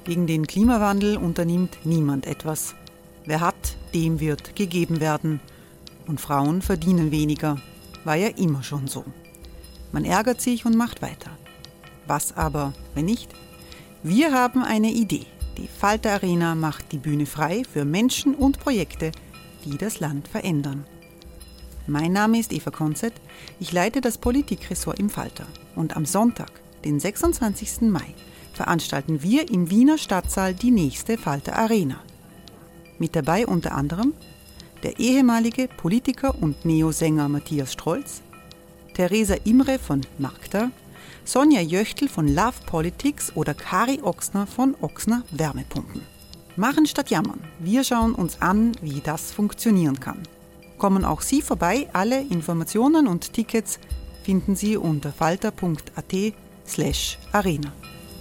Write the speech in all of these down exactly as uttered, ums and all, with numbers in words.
Gegen den Klimawandel unternimmt niemand etwas. Wer hat, dem wird gegeben werden. Und Frauen verdienen weniger. War ja immer schon so. Man ärgert sich und macht weiter. Was aber, wenn nicht? Wir haben eine Idee. Die Falter Arena macht die Bühne frei für Menschen und Projekte, die das Land verändern. Mein Name ist Eva Konzett. Ich leite das Politikressort im Falter. Und am Sonntag, den sechsundzwanzigsten Mai, veranstalten wir im Wiener Stadtsaal die nächste Falter Arena. Mit dabei unter anderem der ehemalige Politiker und Neosänger Matthias Strolz, Theresa Imre von Markter, Sonja Jöchtl von Love Politics oder Kari Ochsner von Ochsner Wärmepumpen. Machen statt jammern. Wir schauen uns an, wie das funktionieren kann. Kommen auch Sie vorbei. Alle Informationen und Tickets finden Sie unter falter punkt at slash arena.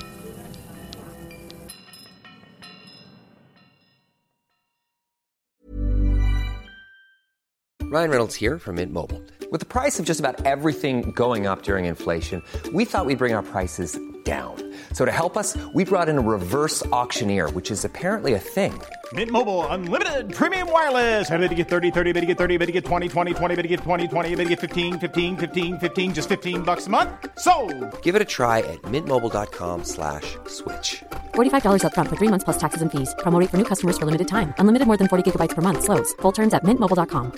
Ryan Reynolds here from Mint Mobile. With the price of just about everything going up during inflation, we thought we'd bring our prices down. So to help us, we brought in a reverse auctioneer, which is apparently a thing. Mint Mobile Unlimited Premium Wireless. How to get thirty, thirty, how to get thirty, how to get twenty, twenty, twenty, how to get twenty, twenty, how to get fifteen, fifteen, fifteen, fifteen, just fifteen bucks a month? Sold! Give it a try at mintmobile.com slash switch. forty-five dollars up front for three months plus taxes and fees. Promo rate for new customers for limited time. Unlimited more than forty gigabytes per month. Slows full terms at mint mobile dot com.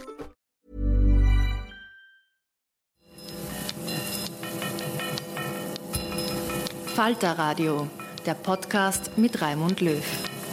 Falter Radio, der Podcast mit Raimund Löw.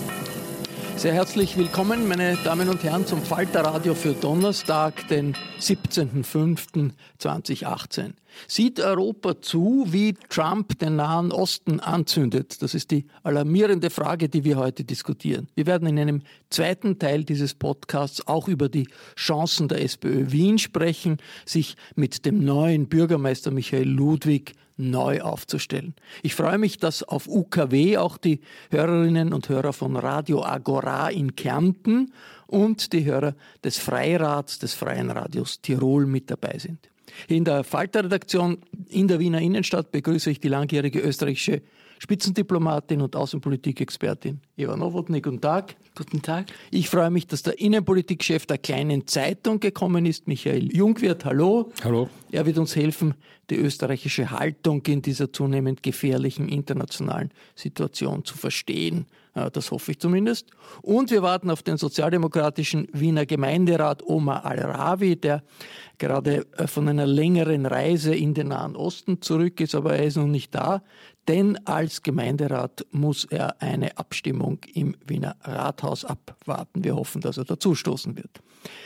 Sehr herzlich willkommen, meine Damen und Herren, zum Falter Radio für Donnerstag, den siebzehnten fünften zweitausendachtzehn. Sieht Europa zu, wie Trump den Nahen Osten anzündet? Das ist die alarmierende Frage, die wir heute diskutieren. Wir werden in einem zweiten Teil dieses Podcasts auch über die Chancen der SPÖ Wien sprechen, sich mit dem neuen Bürgermeister Michael Ludwig neu aufzustellen. Ich freue mich, dass auf U K W auch die Hörerinnen und Hörer von Radio Agora in Kärnten und die Hörer des Freirats des Freien Radios Tirol mit dabei sind. In der Falter-Redaktion in der Wiener Innenstadt begrüße ich die langjährige österreichische Spitzendiplomatin und Außenpolitikexpertin Eva Nowotny. Guten Tag. Guten Tag. Ich freue mich, dass der Innenpolitikchef der Kleinen Zeitung gekommen ist, Michael Jungwirth. Hallo. Hallo. Er wird uns helfen, die österreichische Haltung in dieser zunehmend gefährlichen internationalen Situation zu verstehen. Das hoffe ich zumindest. Und wir warten auf den sozialdemokratischen Wiener Gemeinderat Omar Al-Rawi, der gerade von einer längeren Reise in den Nahen Osten zurück ist, aber er ist noch nicht da, denn als Gemeinderat muss er eine Abstimmung im Wiener Rathaus abwarten. Wir hoffen, dass er dazustoßen wird.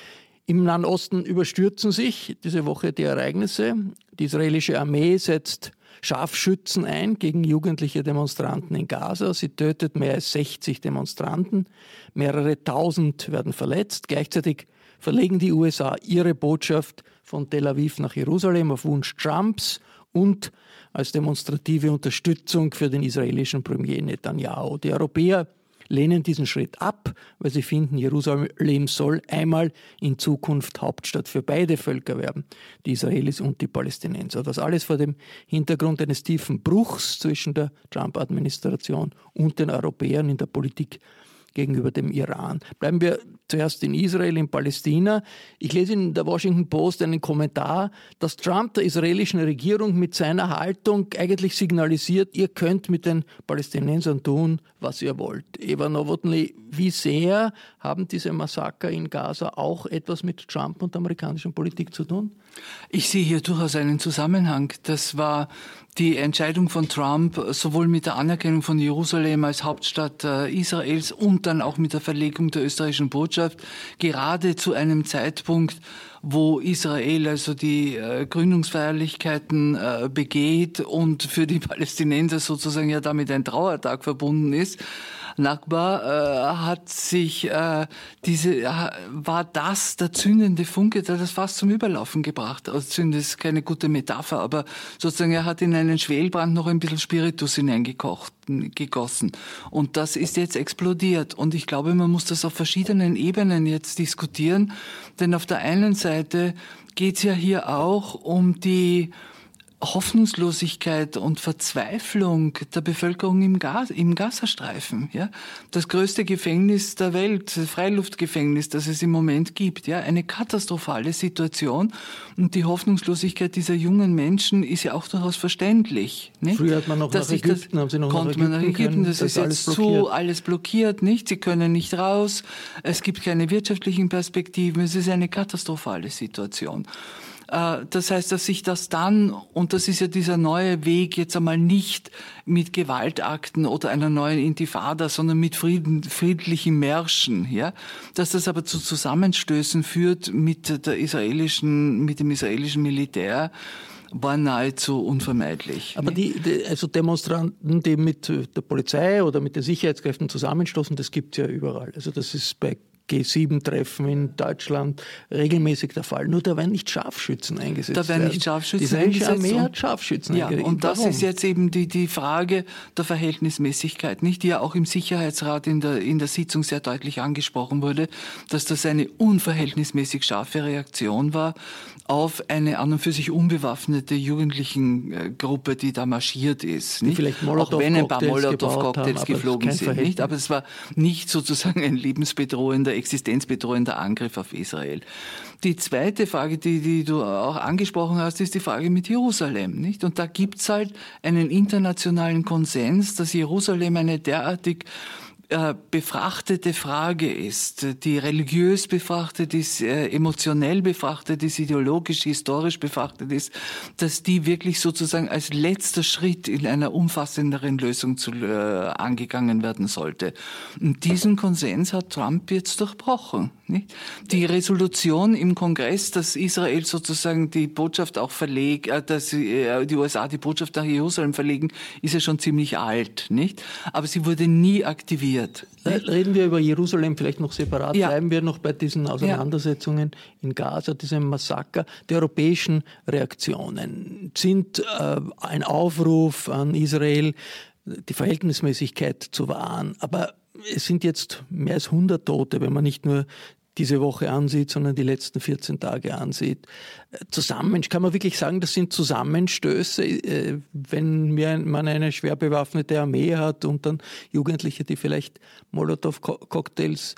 Im Nahen Osten überstürzen sich diese Woche die Ereignisse. Die israelische Armee setzt Scharfschützen ein gegen jugendliche Demonstranten in Gaza. Sie tötet mehr als sechzig Demonstranten. Mehrere tausend werden verletzt. Gleichzeitig verlegen die U S A ihre Botschaft von Tel Aviv nach Jerusalem auf Wunsch Trumps und als demonstrative Unterstützung für den israelischen Premier Netanyahu. Die Europäer lehnen diesen Schritt ab, weil sie finden, Jerusalem soll einmal in Zukunft Hauptstadt für beide Völker werden, die Israelis und die Palästinenser. Das alles vor dem Hintergrund eines tiefen Bruchs zwischen der Trump-Administration und den Europäern in der Politik gegenüber dem Iran. Bleiben wir zuerst in Israel, in Palästina. Ich lese in der Washington Post einen Kommentar, dass Trump der israelischen Regierung mit seiner Haltung eigentlich signalisiert, ihr könnt mit den Palästinensern tun, was ihr wollt. Eva Nowotny, wie sehr haben diese Massaker in Gaza auch etwas mit Trump und der amerikanischen Politik zu tun? Ich sehe hier durchaus einen Zusammenhang. Das war die Entscheidung von Trump, sowohl mit der Anerkennung von Jerusalem als Hauptstadt äh, Israels und dann auch mit der Verlegung der österreichischen Botschaft, gerade zu einem Zeitpunkt, wo Israel also die äh, Gründungsfeierlichkeiten äh, begeht und für die Palästinenser sozusagen ja damit ein Trauertag verbunden ist. Nakba äh, hat sich äh, diese äh, war das der zündende Funke, der das fast zum Überlaufen gebracht. Also zünden ist keine gute Metapher, aber sozusagen er hat in einen Schwelbrand noch ein bisschen Spiritus hineingekocht, gegossen. Und das ist jetzt explodiert. Und ich glaube, man muss das auf verschiedenen Ebenen jetzt diskutieren, denn auf der einen Seite geht es ja hier auch um die Hoffnungslosigkeit und Verzweiflung der Bevölkerung im, Gas, im Gazastreifen. Ja? Das größte Gefängnis der Welt, Freiluftgefängnis, das es im Moment gibt. Ja? Eine katastrophale Situation. Und die Hoffnungslosigkeit dieser jungen Menschen ist ja auch durchaus verständlich. Nicht? Früher hat man noch Dass nach Ägypten, das, haben sie noch konnte nach Ägypten, man nach Ägypten können, das, das ist jetzt alles zu, alles blockiert. Nicht? Sie können nicht raus. Es gibt keine wirtschaftlichen Perspektiven. Es ist eine katastrophale Situation. Das heißt, dass sich das dann, und das ist ja dieser neue Weg, jetzt einmal nicht mit Gewaltakten oder einer neuen Intifada, sondern mit Frieden, friedlichen Märschen, ja, dass das aber zu Zusammenstößen führt mit der israelischen, mit dem israelischen Militär, war nahezu unvermeidlich. Aber die, die also Demonstranten, die mit der Polizei oder mit den Sicherheitskräften zusammenstoßen, das gibt es ja überall. Also das ist bei G sieben Treffen in Deutschland regelmäßig der Fall. Nur da werden nicht Scharfschützen eingesetzt. Da werden nicht Scharfschützen die eingesetzt. Die Armee hat Scharfschützen ja, eingesetzt. Und das Warum? Ist jetzt eben die, die Frage der Verhältnismäßigkeit, nicht, die ja auch im Sicherheitsrat in der, in der Sitzung sehr deutlich angesprochen wurde, dass das eine unverhältnismäßig scharfe Reaktion war auf eine an und für sich unbewaffnete Jugendlichen-Gruppe, die da marschiert ist. Die nicht? vielleicht auch wenn ein paar Molotow-Cocktails haben, geflogen sind. Nicht? Aber es war nicht sozusagen ein lebensbedrohender, existenzbedrohender Angriff auf Israel. Die zweite Frage, die, die du auch angesprochen hast, ist die Frage mit Jerusalem. Nicht? Und da gibt's halt einen internationalen Konsens, dass Jerusalem eine derartig befrachtete Frage ist, die religiös befrachtet ist, emotionell befrachtet ist, ideologisch, historisch befrachtet ist, dass die wirklich sozusagen als letzter Schritt in einer umfassenderen Lösung zu, äh, angegangen werden sollte. Und diesen Konsens hat Trump jetzt durchbrochen. Nicht? Die Resolution im Kongress, dass Israel sozusagen die Botschaft auch verlegt, äh, dass äh, die U S A die Botschaft nach Jerusalem verlegen, ist ja schon ziemlich alt, nicht? Aber sie wurde nie aktiviert. Reden wir über Jerusalem vielleicht noch separat. Ja. Bleiben wir noch bei diesen Auseinandersetzungen ja. in Gaza, diesem Massaker. Die europäischen Reaktionen sind äh, ein Aufruf an Israel, die Verhältnismäßigkeit zu wahren. Aber es sind jetzt mehr als hundert Tote, wenn man nicht nur diese Woche ansieht, sondern die letzten vierzehn Tage ansieht. Zusammen, kann man wirklich sagen, das sind Zusammenstöße, wenn man eine schwer bewaffnete Armee hat und dann Jugendliche, die vielleicht Molotow-Cocktails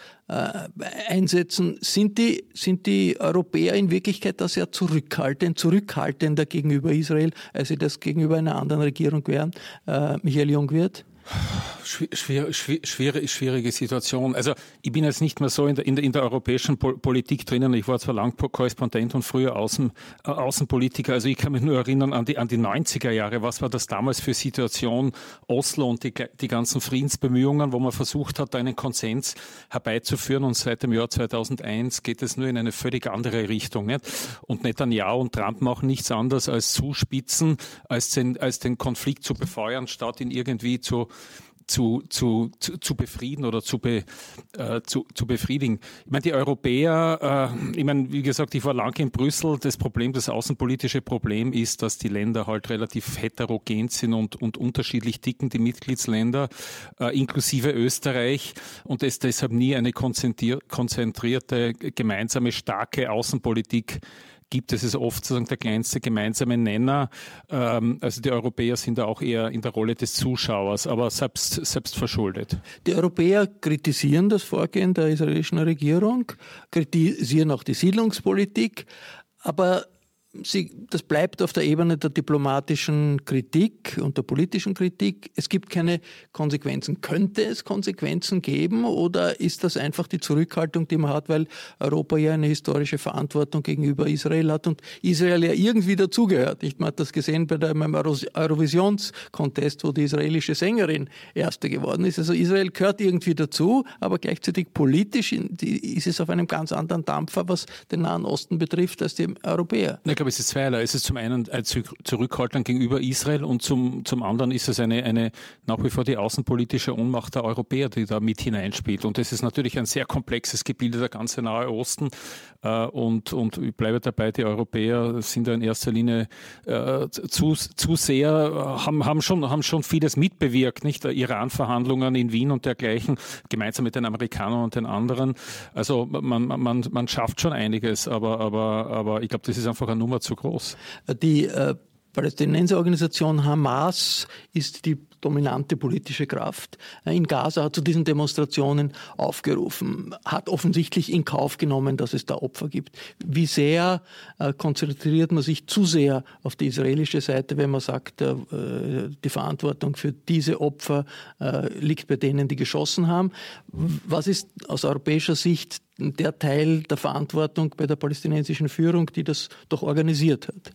einsetzen. Sind die, sind die Europäer in Wirklichkeit da sehr zurückhaltend, zurückhaltender gegenüber Israel, als sie das gegenüber einer anderen Regierung wären? Michael Jungwirth? Schwer, schwer, schwere, schwierige Situation. Also ich bin jetzt nicht mehr so in der, in der, in der europäischen Politik drinnen. Ich war zwar lang Korrespondent und früher Außen, äh, Außenpolitiker. Also ich kann mich nur erinnern an die, an die neunziger Jahre. Was war das damals für Situation? Oslo und die, die ganzen Friedensbemühungen, wo man versucht hat, einen Konsens herbeizuführen. Und seit dem Jahr zweitausendeins geht es nur in eine völlig andere Richtung. Nicht? Und Netanyahu und Trump machen nichts anderes als zuspitzen, als den, als den Konflikt zu befeuern, statt ihn irgendwie zu Zu, zu, zu, zu befrieden oder zu, be, äh, zu, zu befriedigen. Ich meine, die Europäer, äh, ich meine, wie gesagt, ich war lange in Brüssel. Das Problem, das außenpolitische Problem ist, dass die Länder halt relativ heterogen sind und, und unterschiedlich dicken, die Mitgliedsländer, äh, inklusive Österreich, und es deshalb nie eine konzentrierte, gemeinsame, starke Außenpolitik gibt. Es ist oft sozusagen der kleinste gemeinsame Nenner. Ähm, also die Europäer sind da auch eher in der Rolle des Zuschauers, aber selbst, selbst verschuldet. Die Europäer kritisieren das Vorgehen der israelischen Regierung, kritisieren auch die Siedlungspolitik, aber Sie, das bleibt auf der Ebene der diplomatischen Kritik und der politischen Kritik. Es gibt keine Konsequenzen. Könnte es Konsequenzen geben oder ist das einfach die Zurückhaltung, die man hat, weil Europa ja eine historische Verantwortung gegenüber Israel hat und Israel ja irgendwie dazugehört? Man hat das gesehen bei dem Eurovisions-Contest, wo die israelische Sängerin Erste geworden ist. Also Israel gehört irgendwie dazu, aber gleichzeitig politisch ist es auf einem ganz anderen Dampfer, was den Nahen Osten betrifft, als die Europäer. Ich glaube, es ist zweierlei. Es ist zum einen eine Zurückhaltung gegenüber Israel und zum, zum anderen ist es eine, eine nach wie vor die außenpolitische Ohnmacht der Europäer, die da mit hineinspielt. Und das ist natürlich ein sehr komplexes Gebilde, der ganze Nahe Osten. Und, und ich bleibe dabei, die Europäer sind da in erster Linie äh, zu, zu sehr, haben, haben, schon, haben schon vieles mitbewirkt, nicht? Iran-Verhandlungen in Wien und dergleichen, gemeinsam mit den Amerikanern und den anderen. Also man, man, man schafft schon einiges, aber, aber, aber ich glaube, das ist einfach eine Nummer zu groß. Die äh Palästinenserorganisation Hamas ist die dominante politische Kraft in Gaza, hat zu diesen Demonstrationen aufgerufen, hat offensichtlich in Kauf genommen, dass es da Opfer gibt. Wie sehr äh, konzentriert man sich zu sehr auf die israelische Seite, wenn man sagt, äh, die Verantwortung für diese Opfer äh, liegt bei denen, die geschossen haben? Was ist aus europäischer Sicht der Teil der Verantwortung bei der palästinensischen Führung, die das doch organisiert hat?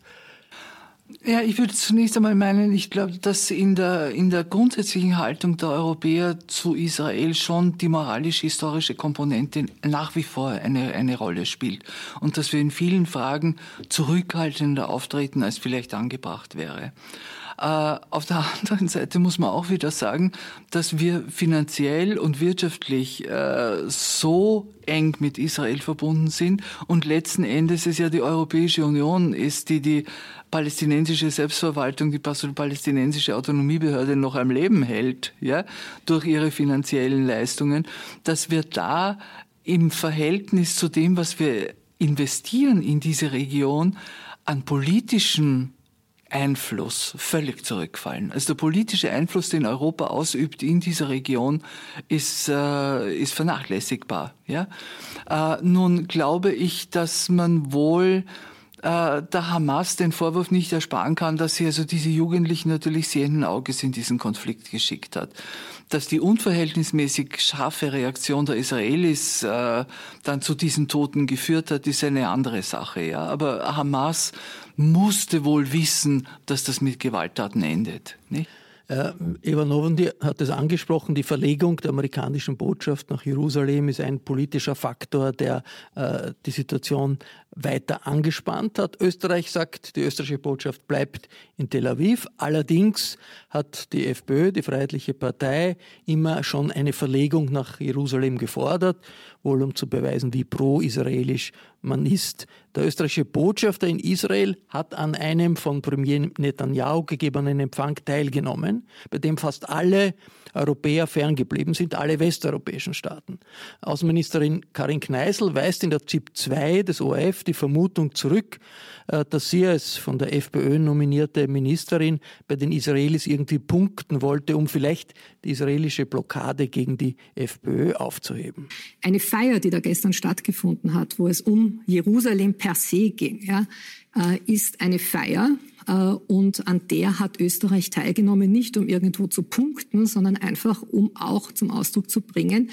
Ja, ich würde zunächst einmal meinen, ich glaube, dass in der, in der grundsätzlichen Haltung der Europäer zu Israel schon die moralisch-historische Komponente nach wie vor eine, eine Rolle spielt. Und dass wir in vielen Fragen zurückhaltender auftreten, als vielleicht angebracht wäre. Äh, auf der anderen Seite muss man auch wieder sagen, dass wir finanziell und wirtschaftlich äh, so eng mit Israel verbunden sind und letzten Endes es ja die Europäische Union ist, die die palästinensische Selbstverwaltung, die palästinensische Autonomiebehörde noch am Leben hält, ja, durch ihre finanziellen Leistungen, dass wir da im Verhältnis zu dem, was wir investieren in diese Region, an politischen Einfluss völlig zurückfallen. Also der politische Einfluss, den Europa ausübt in dieser Region, ist, äh, ist vernachlässigbar. Ja? Äh, nun glaube ich, dass man wohl äh, der Hamas den Vorwurf nicht ersparen kann, dass sie also diese Jugendlichen natürlich sehenden Auges in diesen Konflikt geschickt hat. Dass die unverhältnismäßig scharfe Reaktion der Israelis äh, dann zu diesen Toten geführt hat, ist eine andere Sache. Ja? Aber Hamas musste wohl wissen, dass das mit Gewalttaten endet. Nicht? Äh, Eva Novotny hat es angesprochen, die Verlegung der amerikanischen Botschaft nach Jerusalem ist ein politischer Faktor, der äh, die Situation weiter angespannt hat. Österreich sagt, die österreichische Botschaft bleibt in Tel Aviv. Allerdings hat die FPÖ, die Freiheitliche Partei, immer schon eine Verlegung nach Jerusalem gefordert, wohl um zu beweisen, wie pro-israelisch man ist. Der österreichische Botschafter in Israel hat an einem von Premier Netanyahu gegebenen Empfang teilgenommen, bei dem fast alle Europäer ferngeblieben sind, alle westeuropäischen Staaten. Außenministerin Karin Kneißl weist in der Z I P zwei des O R F die Vermutung zurück, dass sie als von der FPÖ nominierte Ministerin bei den Israelis irgendwie punkten wollte, um vielleicht die israelische Blockade gegen die FPÖ aufzuheben. Eine Feier, die da gestern stattgefunden hat, wo es um Jerusalem per se ging, ja, ist eine Feier, und an der hat Österreich teilgenommen, nicht um irgendwo zu punkten, sondern einfach, um auch zum Ausdruck zu bringen,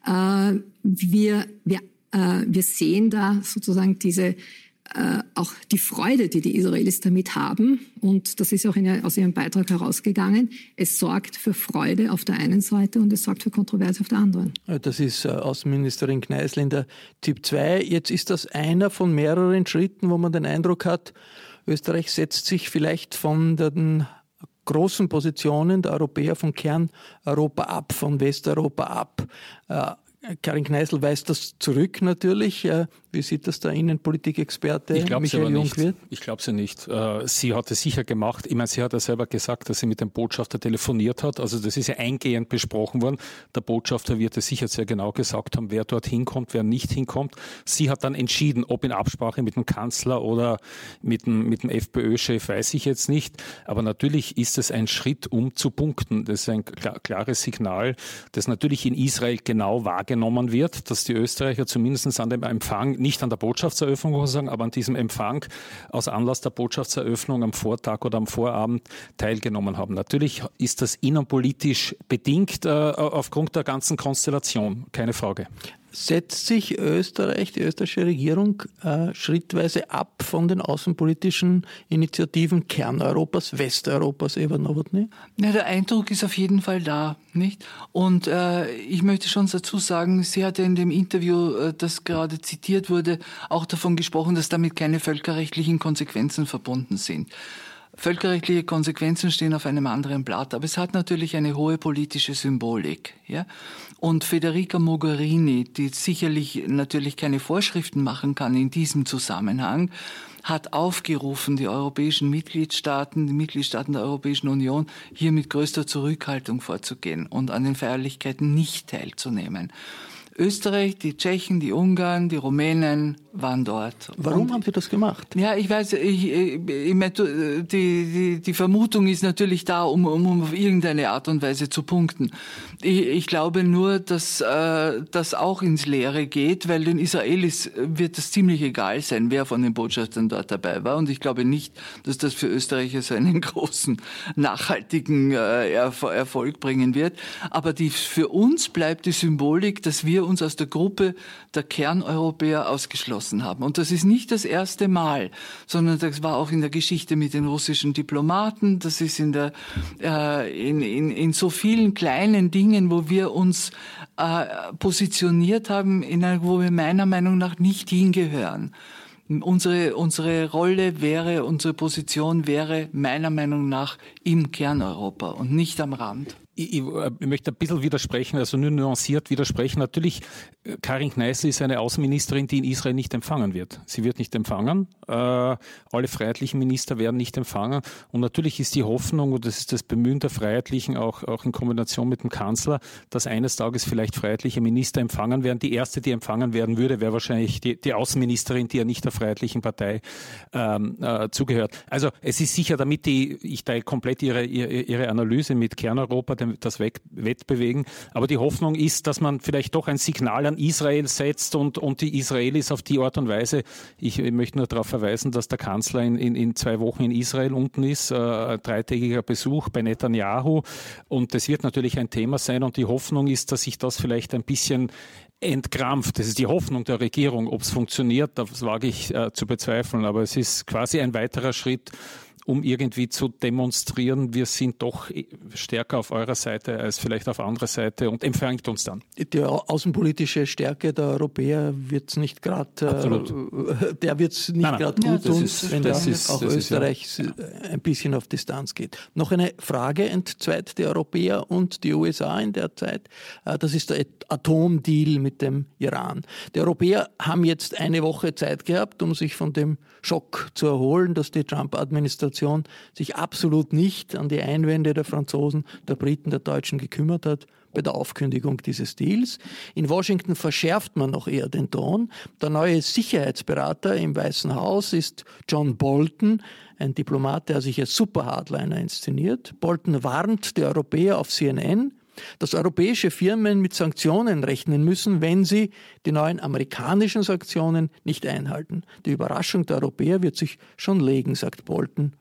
wir, wir, wir sehen da sozusagen diese Äh, auch die Freude, die die Israelis damit haben, und das ist auch in, aus ihrem Beitrag herausgegangen, es sorgt für Freude auf der einen Seite und es sorgt für Kontroverse auf der anderen. Das ist äh, Außenministerin Kneißl in der Z I P zwei. Jetzt ist das einer von mehreren Schritten, wo man den Eindruck hat, Österreich setzt sich vielleicht von den großen Positionen der Europäer von Kerneuropa ab, von Westeuropa ab. Äh, Karin Kneißl weist das zurück natürlich. Wie sieht das der Innenpolitikexperte Michael Jungwirth? Ich glaube sie nicht. Sie hat es sicher gemacht. Ich meine, sie hat ja selber gesagt, dass sie mit dem Botschafter telefoniert hat. Also das ist ja eingehend besprochen worden. Der Botschafter wird es sicher sehr genau gesagt haben, wer dort hinkommt, wer nicht hinkommt. Sie hat dann entschieden, ob in Absprache mit dem Kanzler oder mit dem, mit dem FPÖ-Chef, weiß ich jetzt nicht. Aber natürlich ist es ein Schritt, um zu punkten. Das ist ein klar, klares Signal, das natürlich in Israel genau wahrgenommen genommen wird, dass die Österreicher zumindest an dem Empfang, nicht an der Botschaftseröffnung, muss ich sagen, aber an diesem Empfang aus Anlass der Botschaftseröffnung am Vortag oder am Vorabend teilgenommen haben. Natürlich ist das innenpolitisch bedingt äh, aufgrund der ganzen Konstellation, keine Frage. Setzt sich Österreich, die österreichische Regierung, äh, schrittweise ab von den außenpolitischen Initiativen Kerneuropas, Westeuropas, Eva Novotny? Ja, der Eindruck ist auf jeden Fall da, nicht? Und äh, ich möchte schon dazu sagen, sie hat ja in dem Interview, äh, das gerade zitiert wurde, auch davon gesprochen, dass damit keine völkerrechtlichen Konsequenzen verbunden sind. Völkerrechtliche Konsequenzen stehen auf einem anderen Blatt, aber es hat natürlich eine hohe politische Symbolik, ja. Und Federica Mogherini, die sicherlich natürlich keine Vorschriften machen kann in diesem Zusammenhang, hat aufgerufen, die europäischen Mitgliedstaaten, die Mitgliedstaaten der Europäischen Union, hier mit größter Zurückhaltung vorzugehen und an den Feierlichkeiten nicht teilzunehmen. Österreich, die Tschechen, die Ungarn, die Rumänen waren dort. Warum Und, haben Sie das gemacht? Ja, ich weiß, ich, ich, ich meine, die, die, die Vermutung ist natürlich da, um, um, um auf irgendeine Art und Weise zu punkten. Ich, ich glaube nur, dass äh, das auch ins Leere geht, weil den Israelis wird es ziemlich egal sein, wer von den Botschaftern dort dabei war. Und ich glaube nicht, dass das für Österreicher so einen großen, nachhaltigen äh, Erfolg bringen wird. Aber die, für uns bleibt die Symbolik, dass wir uns aus der Gruppe der Kerneuropäer ausgeschlossen haben. Und das ist nicht das erste Mal, sondern das war auch in der Geschichte mit den russischen Diplomaten, das ist in der äh, in, in, in so vielen kleinen Dingen, wo wir uns äh, positioniert haben, in einer, wo wir meiner Meinung nach nicht hingehören. Unsere, unsere Rolle wäre, unsere Position wäre meiner Meinung nach im Kerneuropa und nicht am Rand. Ich, ich, ich möchte ein bisschen widersprechen, also nur nuanciert widersprechen. Natürlich, Karin Kneißl ist eine Außenministerin, die in Israel nicht empfangen wird. Sie wird nicht empfangen. Äh, alle freiheitlichen Minister werden nicht empfangen. Und natürlich ist die Hoffnung, und das ist das Bemühen der Freiheitlichen, auch, auch in Kombination mit dem Kanzler, dass eines Tages vielleicht freiheitliche Minister empfangen werden. Die erste, die empfangen werden würde, wäre wahrscheinlich die, die Außenministerin, die ja nicht der Freiheitlichen Partei ähm, äh, zugehört. Also es ist sicher, damit die, ich teile komplett ihre, ihre, ihre Analyse mit Kerneuropa, das Wettbewegen. Aber die Hoffnung ist, dass man vielleicht doch ein Signal an Israel setzt und, und die Israelis auf die Art und Weise, ich, ich möchte nur darauf verweisen, dass der Kanzler in, in, in zwei Wochen in Israel unten ist, äh, ein dreitägiger Besuch bei Netanyahu, und das wird natürlich ein Thema sein, und die Hoffnung ist, dass sich das vielleicht ein bisschen entkrampft. Das ist die Hoffnung der Regierung. Ob es funktioniert, das wage ich äh, zu bezweifeln, aber es ist quasi ein weiterer Schritt, um irgendwie zu demonstrieren, wir sind doch stärker auf eurer Seite als vielleicht auf anderer Seite, und empfängt uns dann. Die außenpolitische Stärke der Europäer wird es nicht gerade, äh, der wird es nicht gerade gut tun, wenn da auch Österreich ja. ein bisschen auf Distanz geht. Noch eine Frage entzweit die Europäer und die U S A in der Zeit. Äh, das ist der Atomdeal mit dem Iran. Die Europäer haben jetzt eine Woche Zeit gehabt, um sich von dem Schock zu erholen, dass die Trump-Administration sich absolut nicht an die Einwände der Franzosen, der Briten, der Deutschen gekümmert hat bei der Aufkündigung dieses Deals. In Washington verschärft man noch eher den Ton. Der neue Sicherheitsberater im Weißen Haus ist John Bolton, ein Diplomat, der sich als Super-Hardliner inszeniert. Bolton warnt die Europäer auf C N N, dass europäische Firmen mit Sanktionen rechnen müssen, wenn sie die neuen amerikanischen Sanktionen nicht einhalten. Die Überraschung der Europäer wird sich schon legen, sagt Bolton.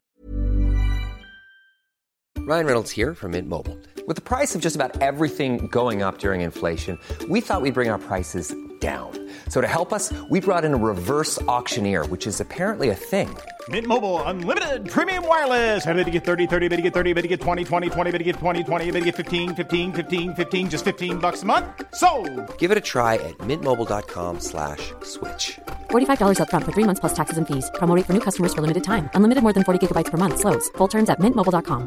Ryan Reynolds here from Mint Mobile. With the price of just about everything going up during inflation, we thought we'd bring our prices down. So to help us, we brought in a reverse auctioneer, which is apparently a thing. Mint Mobile Unlimited Premium Wireless. How to get thirty, thirty, how to get thirty, how to get twenty, twenty, twenty, how to get twenty, twenty, how to get fifteen, fifteen, fifteen, fifteen, just fifteen bucks a month? Sold! Give it a try at mintmobile.com slash switch. forty-five dollars up front for three months plus taxes and fees. Promo rate for new customers for limited time. Unlimited more than forty gigabytes per month. Slows full terms at mint mobile dot com.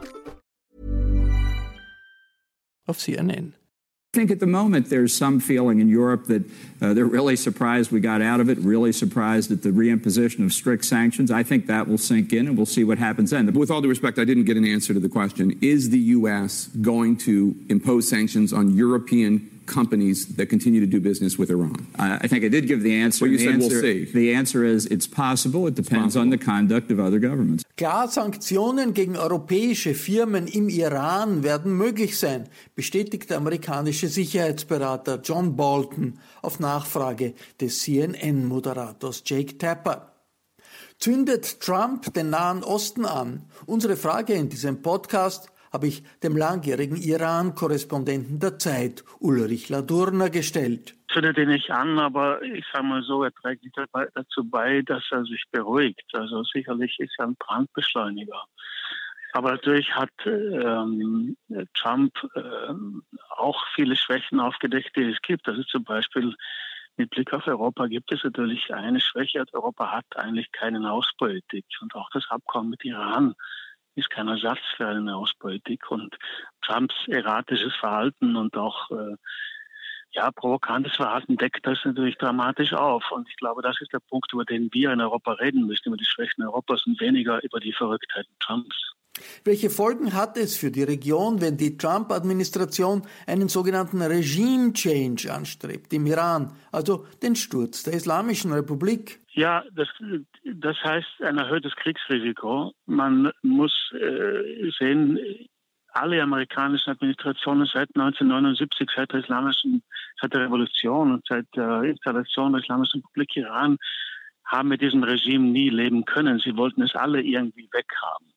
Auf C N N. I think at the moment there's some feeling in Europe that uh, they're really surprised we got out of it, really surprised at the reimposition of strict sanctions. I think that will sink in and we'll see what happens then. With all due respect, I didn't get an answer to the question. Is the U S going to impose sanctions on European companies that continue to do business with Iran? Uh, I think I did give the answer. Well, you the said answer, we'll see. The answer is it's possible. It depends on the conduct of other governments. Klar, Sanktionen gegen europäische Firmen im Iran werden möglich sein, bestätigt der amerikanische Sicherheitsberater John Bolton auf Nachfrage des C N N-Moderators Jake Tapper. Zündet Trump den Nahen Osten an? Unsere Frage in diesem Podcast habe ich dem langjährigen Iran-Korrespondenten der Zeit, Ulrich Ladurner, gestellt. Zündet ihn nicht an, aber ich sage mal so, er trägt nicht dazu bei, dass er sich beruhigt. Also sicherlich ist er ein Brandbeschleuniger. Aber natürlich hat ähm, Trump äh, auch viele Schwächen aufgedeckt, die es gibt. Also zum Beispiel mit Blick auf Europa gibt es natürlich eine Schwäche. Europa hat eigentlich keine Außenpolitik. Und auch das Abkommen mit Iran ist kein Ersatz für eine Außenpolitik. Und Trumps erratisches Verhalten und auch äh, ja, provokantes Verhalten deckt das natürlich dramatisch auf. Und ich glaube, das ist der Punkt, über den wir in Europa reden müssen, über die Schwächen Europas und weniger über die Verrücktheiten Trumps. Welche Folgen hat es für die Region, wenn die Trump-Administration einen sogenannten Regime-Change anstrebt im Iran, also den Sturz der Islamischen Republik? Ja, das, das heißt ein erhöhtes Kriegsrisiko. Man muss äh, sehen, alle amerikanischen Administrationen seit neunzehnhundertneunundsiebzig, seit der Islamischen, seit der Revolution und seit der Installation der Islamischen Republik Iran haben mit diesem Regime nie leben können. Sie wollten es alle irgendwie weghaben.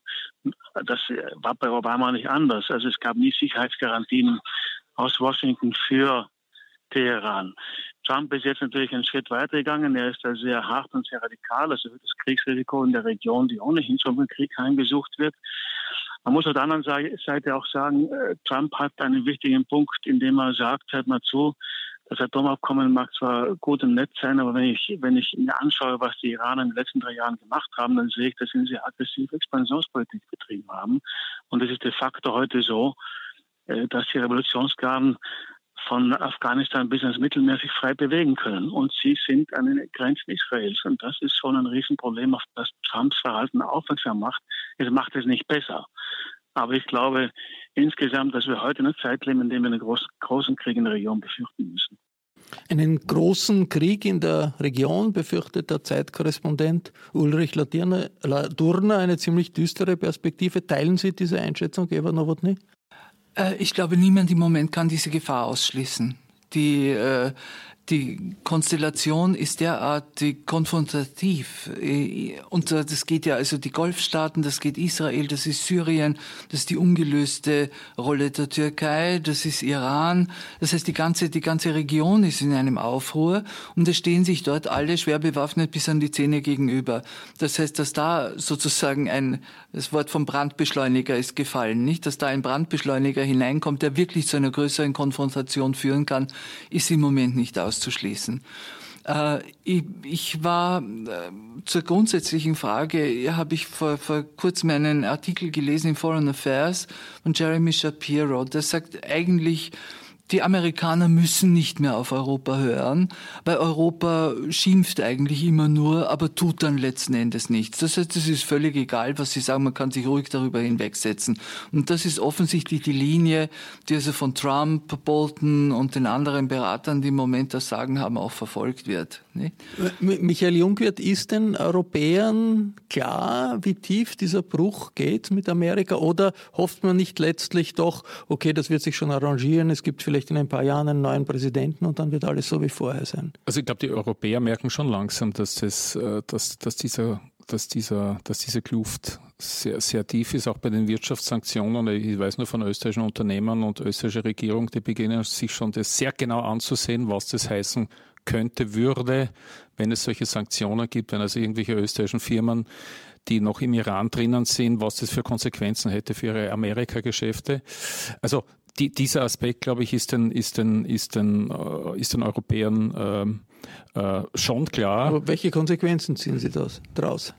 Das war bei Obama nicht anders. Also es gab nie Sicherheitsgarantien aus Washington für Teheran. Trump ist jetzt natürlich einen Schritt weitergegangen. Er ist da sehr hart und sehr radikal. Also wird das Kriegsrisiko in der Region, die ohnehin schon vom Krieg heimgesucht wird. Man muss auf der anderen Seite auch sagen, Trump hat einen wichtigen Punkt, indem er sagt, hört mal zu, das Atomabkommen mag zwar gut und nett sein, aber wenn ich, wenn ich mir anschaue, was die Iraner in den letzten drei Jahren gemacht haben, dann sehe ich, dass sie eine sehr aggressive Expansionspolitik betrieben haben. Und es ist de facto heute so, dass die Revolutionsgarden von Afghanistan bis ins Mittelmeer sich frei bewegen können. Und sie sind an den Grenzen Israels. Und das ist schon ein Riesenproblem, auf das Trumps Verhalten aufmerksam macht. Es macht es nicht besser. Aber ich glaube insgesamt, dass wir heute eine Zeit leben, in der wir einen großen, großen Krieg in der Region befürchten müssen. Einen großen Krieg in der Region befürchtet der Zeitkorrespondent Ulrich Ladurner, eine ziemlich düstere Perspektive. Teilen Sie diese Einschätzung, Eva Nowotny? Äh, ich glaube, niemand im Moment kann diese Gefahr ausschließen. Die, äh, die Konstellation ist derartig konfrontativ. Und das geht ja, also die Golfstaaten, das geht Israel, das ist Syrien, das ist die ungelöste Rolle der Türkei, das ist Iran. Das heißt, die ganze, die ganze Region ist in einem Aufruhr und es stehen sich dort alle schwer bewaffnet bis an die Zähne gegenüber. Das heißt, dass da sozusagen ein, das Wort vom Brandbeschleuniger ist gefallen, nicht? Dass da ein Brandbeschleuniger hineinkommt, der wirklich zu einer größeren Konfrontation führen kann, ist im Moment nicht auszuschließen. Äh, ich, ich war äh, zur grundsätzlichen Frage, habe ich vor, vor kurzem einen Artikel gelesen in Foreign Affairs von Jeremy Shapiro, der sagt eigentlich, die Amerikaner müssen nicht mehr auf Europa hören, weil Europa schimpft eigentlich immer nur, aber tut dann letzten Endes nichts. Das heißt, es ist völlig egal, was sie sagen, man kann sich ruhig darüber hinwegsetzen. Und das ist offensichtlich die Linie, die also von Trump, Bolton und den anderen Beratern, die im Moment das Sagen haben, auch verfolgt wird. Nicht? Michael Jungwirth, ist den Europäern klar, wie tief dieser Bruch geht mit Amerika? Oder hofft man nicht letztlich doch, okay, das wird sich schon arrangieren, es gibt vielleicht in ein paar Jahren einen neuen Präsidenten und dann wird alles so wie vorher sein? Also ich glaube, die Europäer merken schon langsam, dass, das, dass, dass, dieser, dass, dieser, dass diese Kluft sehr, sehr tief ist, auch bei den Wirtschaftssanktionen. Ich weiß nur von österreichischen Unternehmern und österreichischer Regierung, die beginnen sich schon das sehr genau anzusehen, was das heißen könnte, würde, wenn es solche Sanktionen gibt, wenn also irgendwelche österreichischen Firmen, die noch im Iran drinnen sind, was das für Konsequenzen hätte für ihre Amerika-Geschäfte. Also die, dieser Aspekt, glaube ich, ist den, ist den, ist den, äh, ist den Europäern äh, äh, schon klar. Aber welche Konsequenzen ziehen Sie das draus?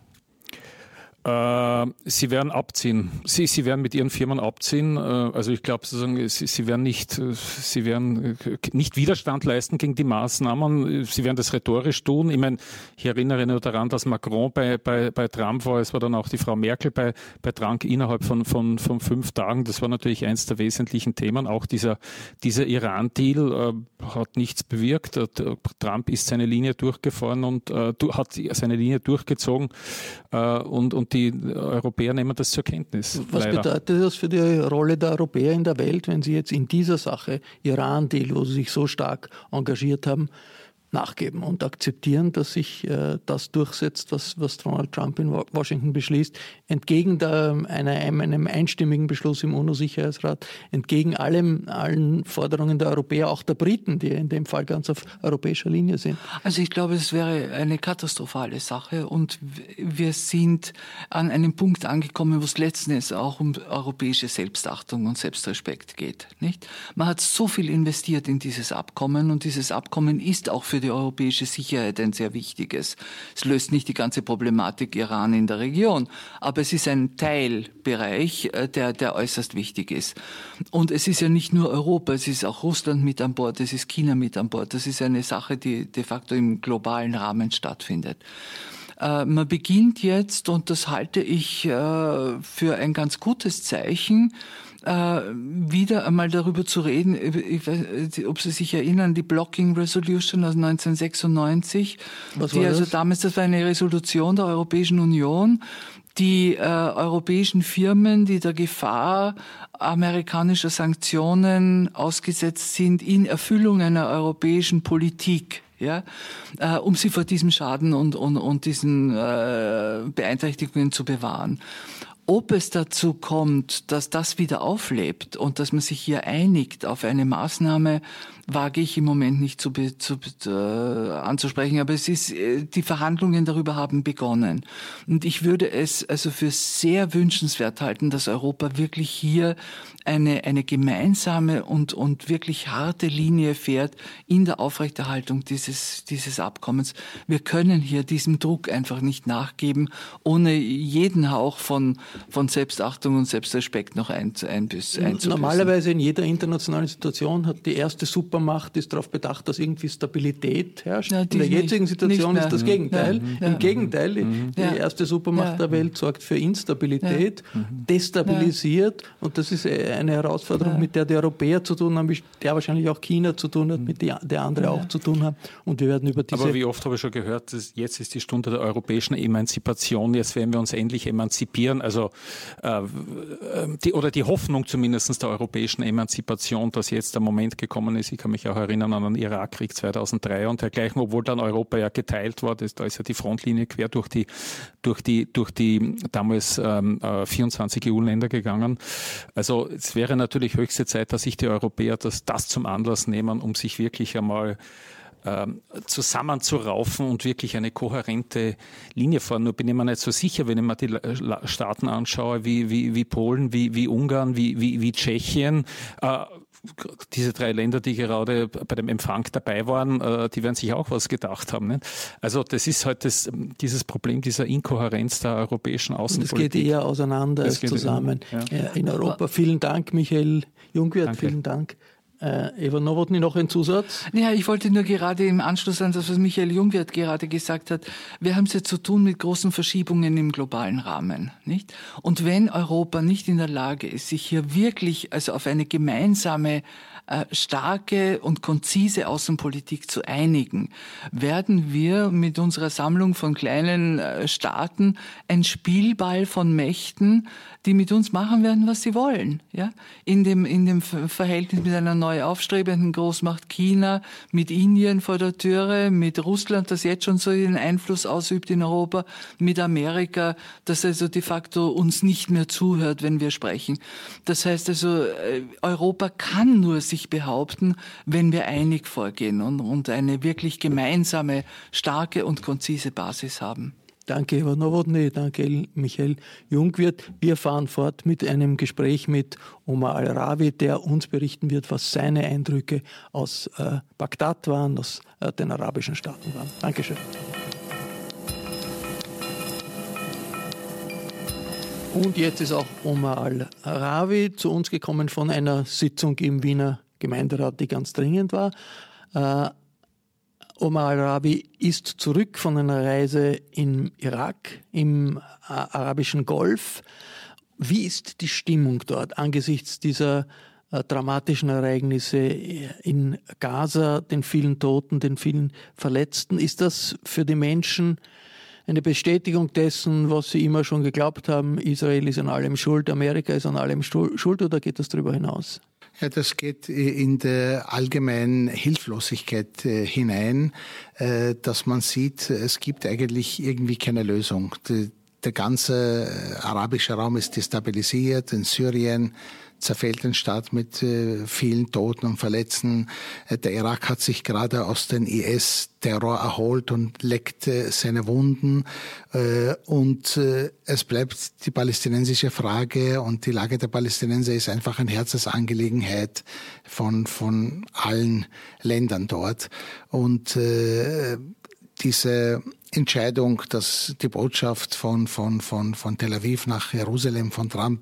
Sie werden abziehen. Sie, sie werden mit ihren Firmen abziehen. Also ich glaube, sie, sie werden nicht, sie werden nicht Widerstand leisten gegen die Maßnahmen. Sie werden das rhetorisch tun. Ich meine, ich erinnere nur daran, dass Macron bei, bei, bei Trump war. Es war dann auch die Frau Merkel bei, bei Trump innerhalb von, von, von fünf Tagen. Das war natürlich eins der wesentlichen Themen. Auch dieser, dieser Iran-Deal äh, hat nichts bewirkt. Trump ist seine Linie durchgefahren und äh, hat seine Linie durchgezogen äh, und, und die Europäer nehmen das zur Kenntnis. Was leider. Bedeutet das für die Rolle der Europäer in der Welt, wenn sie jetzt in dieser Sache, Iran-Deal, wo sie sich so stark engagiert haben, nachgeben und akzeptieren, dass sich äh, das durchsetzt, was, was Donald Trump in Washington beschließt, entgegen der, einer, einem einstimmigen Beschluss im UNO-Sicherheitsrat, entgegen allem, allen Forderungen der Europäer, auch der Briten, die in dem Fall ganz auf europäischer Linie sind. Also ich glaube, es wäre eine katastrophale Sache und wir sind an einem Punkt angekommen, wo es letzten Endes auch um europäische Selbstachtung und Selbstrespekt geht. Nicht? Man hat so viel investiert in dieses Abkommen und dieses Abkommen ist auch für die europäische Sicherheit ein sehr wichtiges. Es löst nicht die ganze Problematik Iran in der Region, aber es ist ein Teilbereich, der, der äußerst wichtig ist. Und es ist ja nicht nur Europa, es ist auch Russland mit an Bord, es ist China mit an Bord. Das ist eine Sache, die de facto im globalen Rahmen stattfindet. Äh, man beginnt jetzt, und das halte ich äh, für ein ganz gutes Zeichen, äh, wieder einmal darüber zu reden, ich weiß, ob Sie sich erinnern, die Blocking Resolution aus neunzehnhundertsechsundneunzig, Was die war also das? damals, das war eine Resolution der Europäischen Union, die äh, europäischen Firmen, die der Gefahr amerikanischer Sanktionen ausgesetzt sind, in Erfüllung einer europäischen Politik, ja, äh, um sie vor diesem Schaden und, und, und diesen äh, Beeinträchtigungen zu bewahren. Ob es dazu kommt, dass das wieder auflebt und dass man sich hier einigt auf eine Maßnahme, wage ich im Moment nicht zu, be, zu äh, anzusprechen. Aber es ist, die Verhandlungen darüber haben begonnen. Und ich würde es also für sehr wünschenswert halten, dass Europa wirklich hier eine, eine gemeinsame und, und wirklich harte Linie fährt in der Aufrechterhaltung dieses, dieses Abkommens. Wir können hier diesem Druck einfach nicht nachgeben, ohne jeden Hauch von, von Selbstachtung und Selbstrespekt noch ein, einbüß, einzubüßen. Normalerweise in jeder internationalen Situation hat die erste Supermacht ist darauf bedacht, dass irgendwie Stabilität herrscht. Ja, in der jetzigen nicht, Situation nicht ist das Gegenteil. Ja, Im ja. Gegenteil, die, Ja. die erste Supermacht Ja. der Welt sorgt für Instabilität, Ja. destabilisiert und das ist eine Herausforderung, Ja. mit der die Europäer zu tun haben, mit der wahrscheinlich auch China zu tun hat, mit der, der andere Ja. auch zu tun haben und wir werden über diese... Aber wie oft habe ich schon gehört, dass jetzt ist die Stunde der europäischen Emanzipation, jetzt werden wir uns endlich emanzipieren, also äh, die, oder die Hoffnung zumindest der europäischen Emanzipation, dass jetzt der Moment gekommen ist. Ich kann mich auch erinnern an den Irakkrieg zweitausenddrei und dergleichen, obwohl dann Europa ja geteilt war. Das, da ist ja die Frontlinie quer durch die, durch die, durch die damals ähm, vierundzwanzig E U-Länder gegangen. Also es wäre natürlich höchste Zeit, dass sich die Europäer das, das zum Anlass nehmen, um sich wirklich einmal ähm, zusammenzuraufen und wirklich eine kohärente Linie fahren. Nur bin ich mir nicht so sicher, wenn ich mir die Staaten anschaue, wie, wie, wie Polen, wie, wie Ungarn, wie, wie, wie Tschechien, äh, diese drei Länder, die gerade bei dem Empfang dabei waren, äh, die werden sich auch was gedacht haben. Nicht? Also das ist halt das, dieses Problem dieser Inkohärenz der europäischen Außenpolitik. Das geht eher auseinander als zusammen. Ja. In Europa. Vielen Dank, Michael Jungwirth. Danke. Vielen Dank. Äh, Eva Nowotny, noch ein Zusatz? Ja, ich wollte nur gerade im Anschluss an das, was Michael Jungwirth gerade gesagt hat, wir haben es ja zu tun mit großen Verschiebungen im globalen Rahmen, nicht? Und wenn Europa nicht in der Lage ist, sich hier wirklich also auf eine gemeinsame äh, starke und konzise Außenpolitik zu einigen, werden wir mit unserer Sammlung von kleinen äh, Staaten ein Spielball von Mächten, die mit uns machen werden, was sie wollen, ja? In dem, in dem Verhältnis mit einer neu aufstrebenden Großmacht China, mit Indien vor der Türe, mit Russland, das jetzt schon so den Einfluss ausübt in Europa, mit Amerika, das also de facto uns nicht mehr zuhört, wenn wir sprechen. Das heißt also, Europa kann nur sich behaupten, wenn wir einig vorgehen und, und eine wirklich gemeinsame, starke und konzise Basis haben. Danke, Eva Nowotny, danke, Michael Jungwirth. Wir fahren fort mit einem Gespräch mit Omar Al-Rawi, der uns berichten wird, was seine Eindrücke aus äh, Bagdad waren, aus äh, den arabischen Staaten waren. Dankeschön. Und jetzt ist auch Omar Al-Rawi zu uns gekommen von einer Sitzung im Wiener Gemeinderat, die ganz dringend war. Äh, Omar Al-Rawi ist zurück von einer Reise im Irak, im arabischen Golf. Wie ist die Stimmung dort angesichts dieser äh, dramatischen Ereignisse in Gaza, den vielen Toten, den vielen Verletzten? Ist das für die Menschen eine Bestätigung dessen, was sie immer schon geglaubt haben, Israel ist an allem schuld, Amerika ist an allem schuld, oder geht das darüber hinaus? Ja, das geht in der allgemeinen Hilflosigkeit äh, hinein, äh, dass man sieht, es gibt eigentlich irgendwie keine Lösung. Die, der ganze arabische Raum ist destabilisiert. In Syrien zerfällt ein Staat mit äh, vielen Toten und Verletzten. Äh, der Irak hat sich gerade aus dem I S-Terror erholt und leckt äh, seine Wunden. Äh, und äh, es bleibt die palästinensische Frage, und die Lage der Palästinenser ist einfach eine Herzensangelegenheit von, von allen Ländern dort. Und äh, diese Entscheidung, dass die Botschaft von, von, von, von Tel Aviv nach Jerusalem von Trump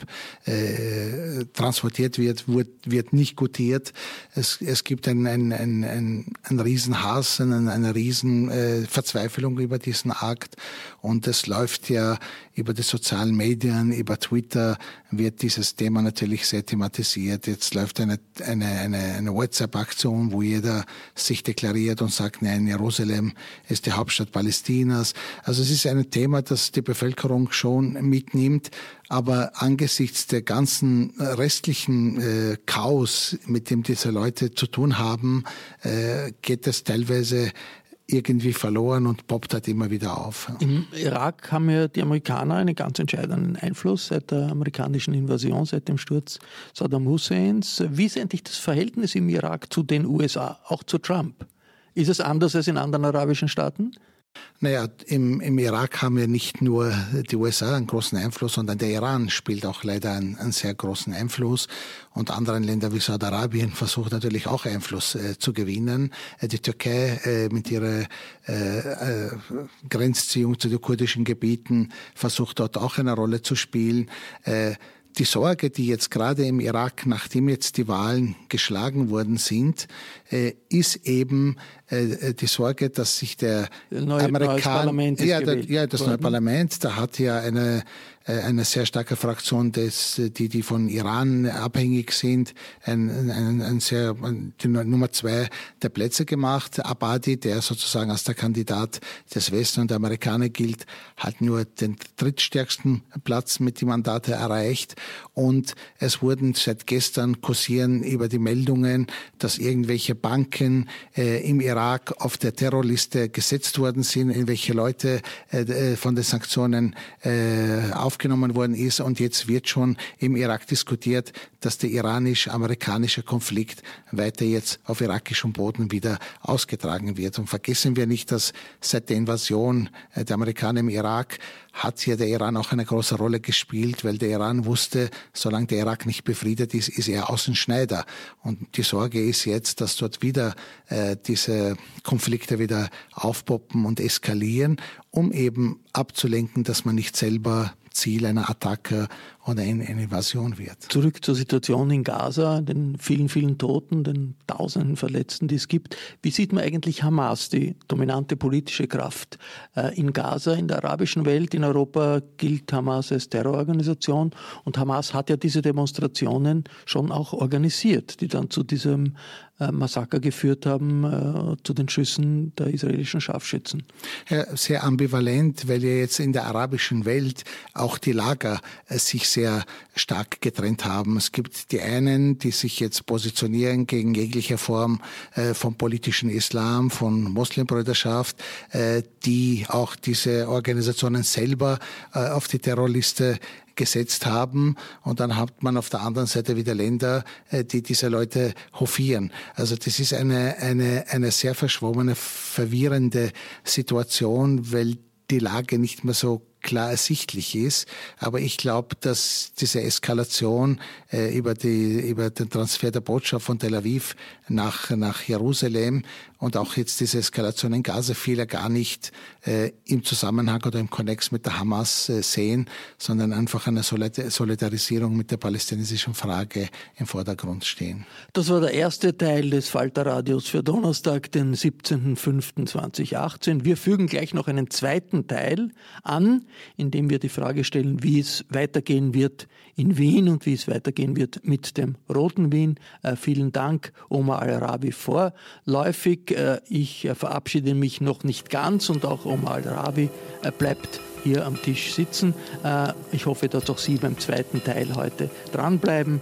äh, transportiert wird, wird, wird nicht gutiert. Es, es gibt einen ein, ein, ein, ein Riesenhass, eine, eine riesen äh, Verzweiflung über diesen Akt. Und es läuft ja über die sozialen Medien, über Twitter wird dieses Thema natürlich sehr thematisiert. Jetzt läuft eine, eine, eine, eine WhatsApp-Aktion, wo jeder sich deklariert und sagt, nein, Jerusalem ist die Hauptstadt Palästinas. Also es ist ein Thema, das die Bevölkerung schon mitnimmt. Aber angesichts der ganzen restlichen äh, Chaos, mit dem diese Leute zu tun haben, äh, geht es teilweise irgendwie verloren und poppt halt immer wieder auf. Im Irak haben ja die Amerikaner einen ganz entscheidenden Einfluss seit der amerikanischen Invasion, seit dem Sturz Saddam Husseins. Wie ist eigentlich das Verhältnis im Irak zu den U S A, auch zu Trump? Ist es anders als in anderen arabischen Staaten? Naja, im, im Irak haben wir nicht nur die U S A einen großen Einfluss, sondern der Iran spielt auch leider einen, einen sehr großen Einfluss. Und andere Länder wie Saudi-Arabien versuchen natürlich auch Einfluss äh, zu gewinnen. Äh, die Türkei äh, mit ihrer äh, äh, Grenzziehung zu den kurdischen Gebieten versucht dort auch eine Rolle zu spielen. Äh, Die Sorge, die jetzt gerade im Irak, nachdem jetzt die Wahlen geschlagen worden sind, äh, ist eben äh, die Sorge, dass sich der Amerikaner, ja, der, ja, das neue Parlament, da hat ja eine eine sehr starke Fraktion, des, die die von Iran abhängig sind, ein, ein, ein sehr die Nummer zwei der Plätze gemacht. Abadi, der sozusagen als der Kandidat des Westen und der Amerikaner gilt, hat nur den drittstärksten Platz mit den Mandate erreicht. Und es wurden seit gestern kursieren über die Meldungen, dass irgendwelche Banken äh, im Irak auf der Terrorliste gesetzt worden sind, irgendwelche Leute äh, von den Sanktionen äh, aufgenommen worden ist. Und jetzt wird schon im Irak diskutiert, dass der iranisch-amerikanische Konflikt weiter jetzt auf irakischem Boden wieder ausgetragen wird. Und vergessen wir nicht, dass seit der Invasion der Amerikaner im Irak hat hier der Iran auch eine große Rolle gespielt, weil der Iran wusste, solange der Irak nicht befriedet ist, ist er Außenschneider. Und die Sorge ist jetzt, dass dort wieder äh, diese Konflikte wieder aufpoppen und eskalieren, um eben abzulenken, dass man nicht selber Ziel einer Attacke oder eine Invasion wird. Zurück zur Situation in Gaza, den vielen, vielen Toten, den tausenden Verletzten, die es gibt. Wie sieht man eigentlich Hamas, die dominante politische Kraft in Gaza, in der arabischen Welt? In Europa gilt Hamas als Terrororganisation und Hamas hat ja diese Demonstrationen schon auch organisiert, die dann zu diesem Massaker geführt haben, äh, zu den Schüssen der israelischen Scharfschützen. Ja, sehr ambivalent, weil ja jetzt in der arabischen Welt auch die Lager äh, sich sehr stark getrennt haben. Es gibt die einen, die sich jetzt positionieren gegen jegliche Form äh, von politischen Islam, von Muslimbrüderschaft, äh, die auch diese Organisationen selber äh, auf die Terrorliste gesetzt haben. Und dann hat man auf der anderen Seite wieder Länder, die diese Leute hofieren. Also das ist eine, eine, eine sehr verschwommene, verwirrende Situation, weil die Lage nicht mehr so klar ersichtlich ist. Aber ich glaube, dass diese Eskalation äh, über, die, über den Transfer der Botschaft von Tel Aviv nach, nach Jerusalem und auch jetzt diese Eskalation in Gaza viele gar nicht äh, im Zusammenhang oder im Konnex mit der Hamas äh, sehen, sondern einfach eine Solidarisierung mit der palästinensischen Frage im Vordergrund stehen. Das war der erste Teil des Falter-Radios für Donnerstag, den siebzehnten fünften zweitausendachtzehn. Wir fügen gleich noch einen zweiten Teil an, indem wir die Frage stellen, wie es weitergehen wird in Wien und wie es weitergehen wird mit dem Roten Wien. Äh, vielen Dank, Omar Al-Arabi, vorläufig. Äh, ich äh, verabschiede mich noch nicht ganz und auch Omar Al-Arabi äh, bleibt hier am Tisch sitzen. Äh, ich hoffe, dass auch Sie beim zweiten Teil heute dranbleiben.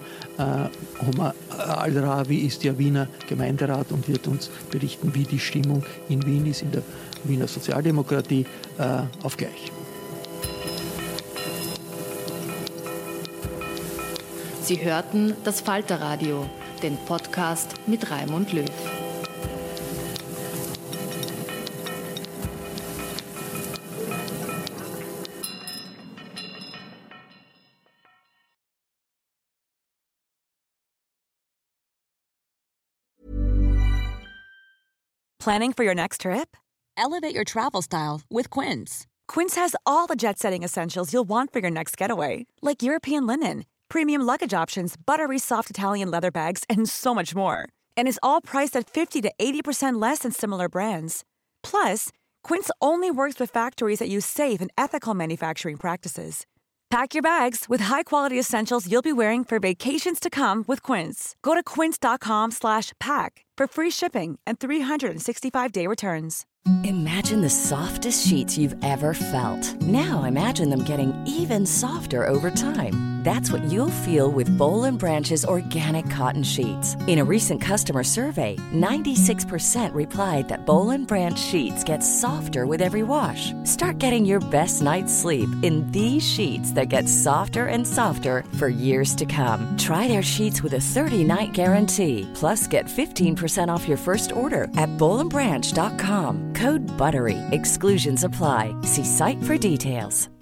Äh, Omar Al-Arabi ist ja Wiener Gemeinderat und wird uns berichten, wie die Stimmung in Wien ist, in der Wiener Sozialdemokratie. Äh, auf gleich. Sie hörten das Falter-Radio, den Podcast mit Raimund Löw. Planning for your next trip? Elevate your travel style with Quince. Quince has all the jet-setting essentials you'll want for your next getaway, like European linen, premium luggage options, buttery soft Italian leather bags, and so much more. And is all priced at fifty to eighty percent less than similar brands. Plus, Quince only works with factories that use safe and ethical manufacturing practices. Pack your bags with high-quality essentials you'll be wearing for vacations to come with Quince. Go to quince.com slash pack for free shipping and three sixty-five day returns. Imagine the softest sheets you've ever felt. Now imagine them getting even softer over time. That's what you'll feel with Boll and Branch's organic cotton sheets. In a recent customer survey, ninety-six percent replied that Boll and Branch sheets get softer with every wash. Start getting your best night's sleep in these sheets that get softer and softer for years to come. Try their sheets with a thirty-night guarantee. Plus, get fifteen percent off your first order at boll and branch dot com. Code BUTTERY. Exclusions apply. See site for details.